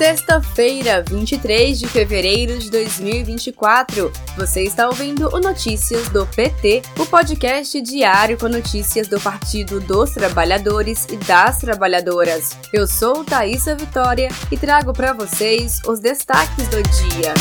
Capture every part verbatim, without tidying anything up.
Sexta-feira, vinte e três de fevereiro de dois mil e vinte e quatro. Você está ouvindo o Notícias do P T, o podcast diário com notícias do Partido dos Trabalhadores e das Trabalhadoras. Eu sou Thaisa Vitória e trago para vocês os destaques do dia.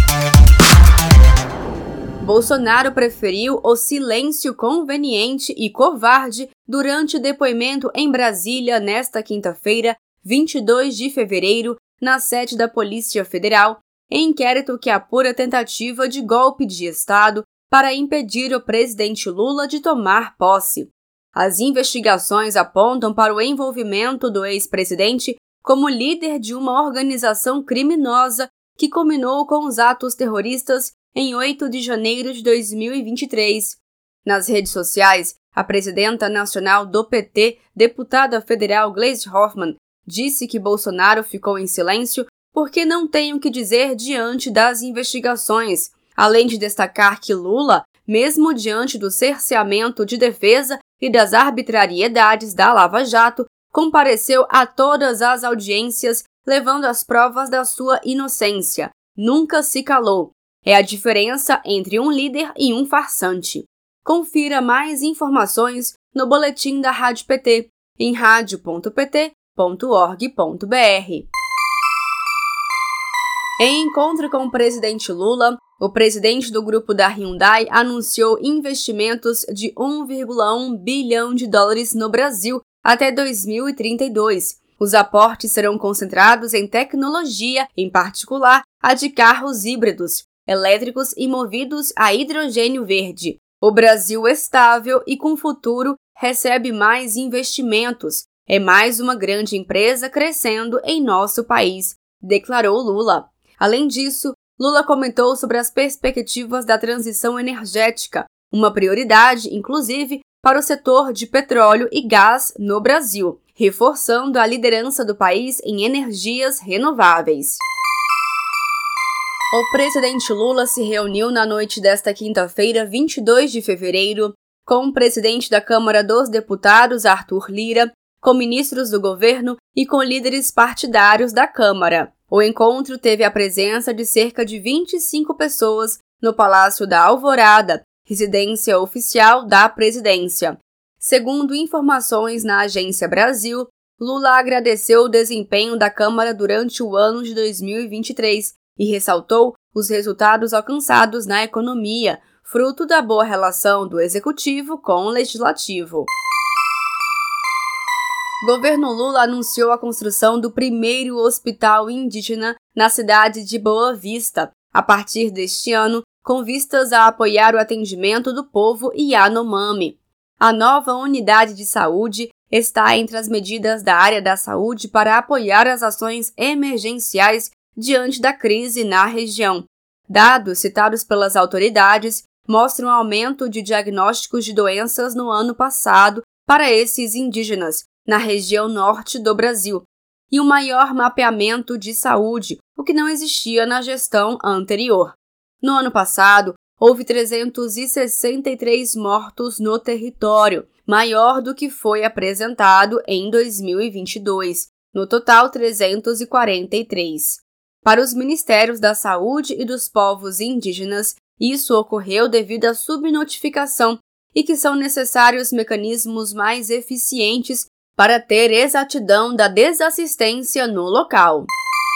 Bolsonaro preferiu o silêncio conveniente e covarde durante depoimento em Brasília nesta quinta-feira, vinte e dois de fevereiro, na sede da Polícia Federal, em inquérito que apura tentativa de golpe de Estado para impedir o presidente Lula de tomar posse. As investigações apontam para o envolvimento do ex-presidente como líder de uma organização criminosa que culminou com os atos terroristas em oito de janeiro de dois mil e vinte e três. Nas redes sociais, a presidenta nacional do P T, deputada federal Gleisi Hoffmann, disse que Bolsonaro ficou em silêncio porque não tem o que dizer diante das investigações, além de destacar que Lula, mesmo diante do cerceamento de defesa e das arbitrariedades da Lava Jato, compareceu a todas as audiências levando as provas da sua inocência. Nunca se calou. É a diferença entre um líder e um farsante. Confira mais informações no boletim da Rádio P T, em rádio ponto p t ponto org ponto b r. Em encontro com o presidente Lula, o presidente do grupo da Hyundai anunciou investimentos de um vírgula um bilhão de dólares no Brasil até dois mil e trinta e dois. Os aportes serão concentrados em tecnologia, em particular a de carros híbridos, elétricos e movidos a hidrogênio verde. O Brasil estável e com futuro recebe mais investimentos. É mais uma grande empresa crescendo em nosso país, declarou Lula. Além disso, Lula comentou sobre as perspectivas da transição energética, uma prioridade, inclusive, para o setor de petróleo e gás no Brasil, reforçando a liderança do país em energias renováveis. O presidente Lula se reuniu na noite desta quinta-feira, vinte e dois de fevereiro, com o presidente da Câmara dos Deputados, Arthur Lira, com ministros do governo e com líderes partidários da Câmara. O encontro teve a presença de cerca de vinte e cinco pessoas no Palácio da Alvorada, residência oficial da presidência. Segundo informações na Agência Brasil, Lula agradeceu o desempenho da Câmara durante o ano de dois mil e vinte e três e ressaltou os resultados alcançados na economia, fruto da boa relação do Executivo com o Legislativo. Governo Lula anunciou a construção do primeiro hospital indígena na cidade de Boa Vista, a partir deste ano, com vistas a apoiar o atendimento do povo Yanomami. A nova unidade de saúde está entre as medidas da área da saúde para apoiar as ações emergenciais diante da crise na região. Dados citados pelas autoridades mostram um aumento de diagnósticos de doenças no ano passado para esses indígenas, na região norte do Brasil, e um maior mapeamento de saúde, o que não existia na gestão anterior. No ano passado, houve trezentos e sessenta e três mortos no território, maior do que foi apresentado em dois mil e vinte e dois, no total trezentos e quarenta e três. Para os Ministérios da Saúde e dos Povos Indígenas, isso ocorreu devido à subnotificação e que são necessários mecanismos mais eficientes para ter exatidão da desassistência no local.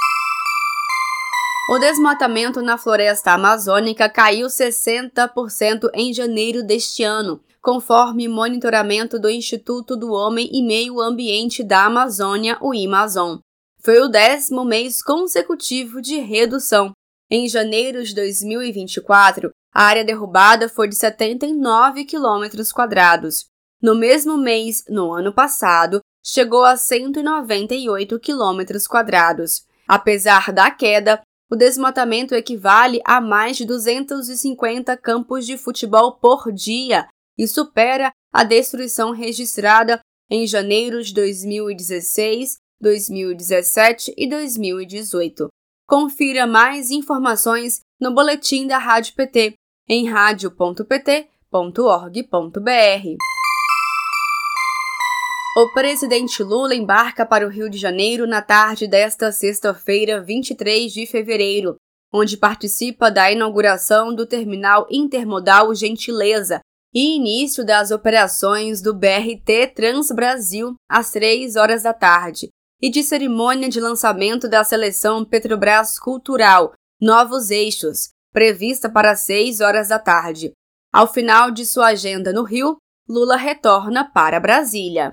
O desmatamento na floresta amazônica caiu sessenta por cento em janeiro deste ano, conforme monitoramento do Instituto do Homem e Meio Ambiente da Amazônia, o IMAZON. Foi o décimo mês consecutivo de redução. Em janeiro de dois mil e vinte e quatro, a área derrubada foi de setenta e nove quilômetros quadrados. No mesmo mês, no ano passado, chegou a cento e noventa e oito quilômetros quadrados. Apesar da queda, o desmatamento equivale a mais de duzentos e cinquenta campos de futebol por dia e supera a destruição registrada em janeiro de dois mil e dezesseis, dois mil e dezessete e dois mil e dezoito. Confira mais informações no boletim da Rádio P T, em rádio ponto p t ponto org ponto b r. O presidente Lula embarca para o Rio de Janeiro na tarde desta sexta-feira, vinte e três de fevereiro, onde participa da inauguração do Terminal Intermodal Gentileza e início das operações do B R T Transbrasil às três horas da tarde, e de cerimônia de lançamento da seleção Petrobras Cultural Novos Eixos, prevista para seis horas da tarde. Ao final de sua agenda no Rio, Lula retorna para Brasília.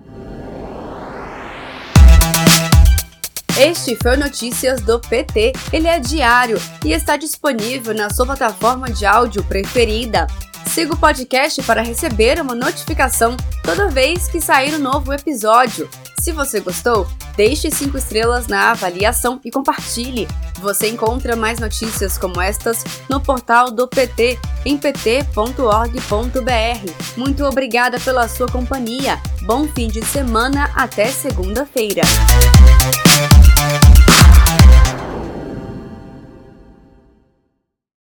Este foi o Notícias do P T. Ele é diário e está disponível na sua plataforma de áudio preferida. Siga o podcast para receber uma notificação toda vez que sair um novo episódio. Se você gostou, deixe cinco estrelas na avaliação e compartilhe. Você encontra mais notícias como estas no portal do P T, em p t ponto org ponto b r. Muito obrigada pela sua companhia. Bom fim de semana, até segunda-feira.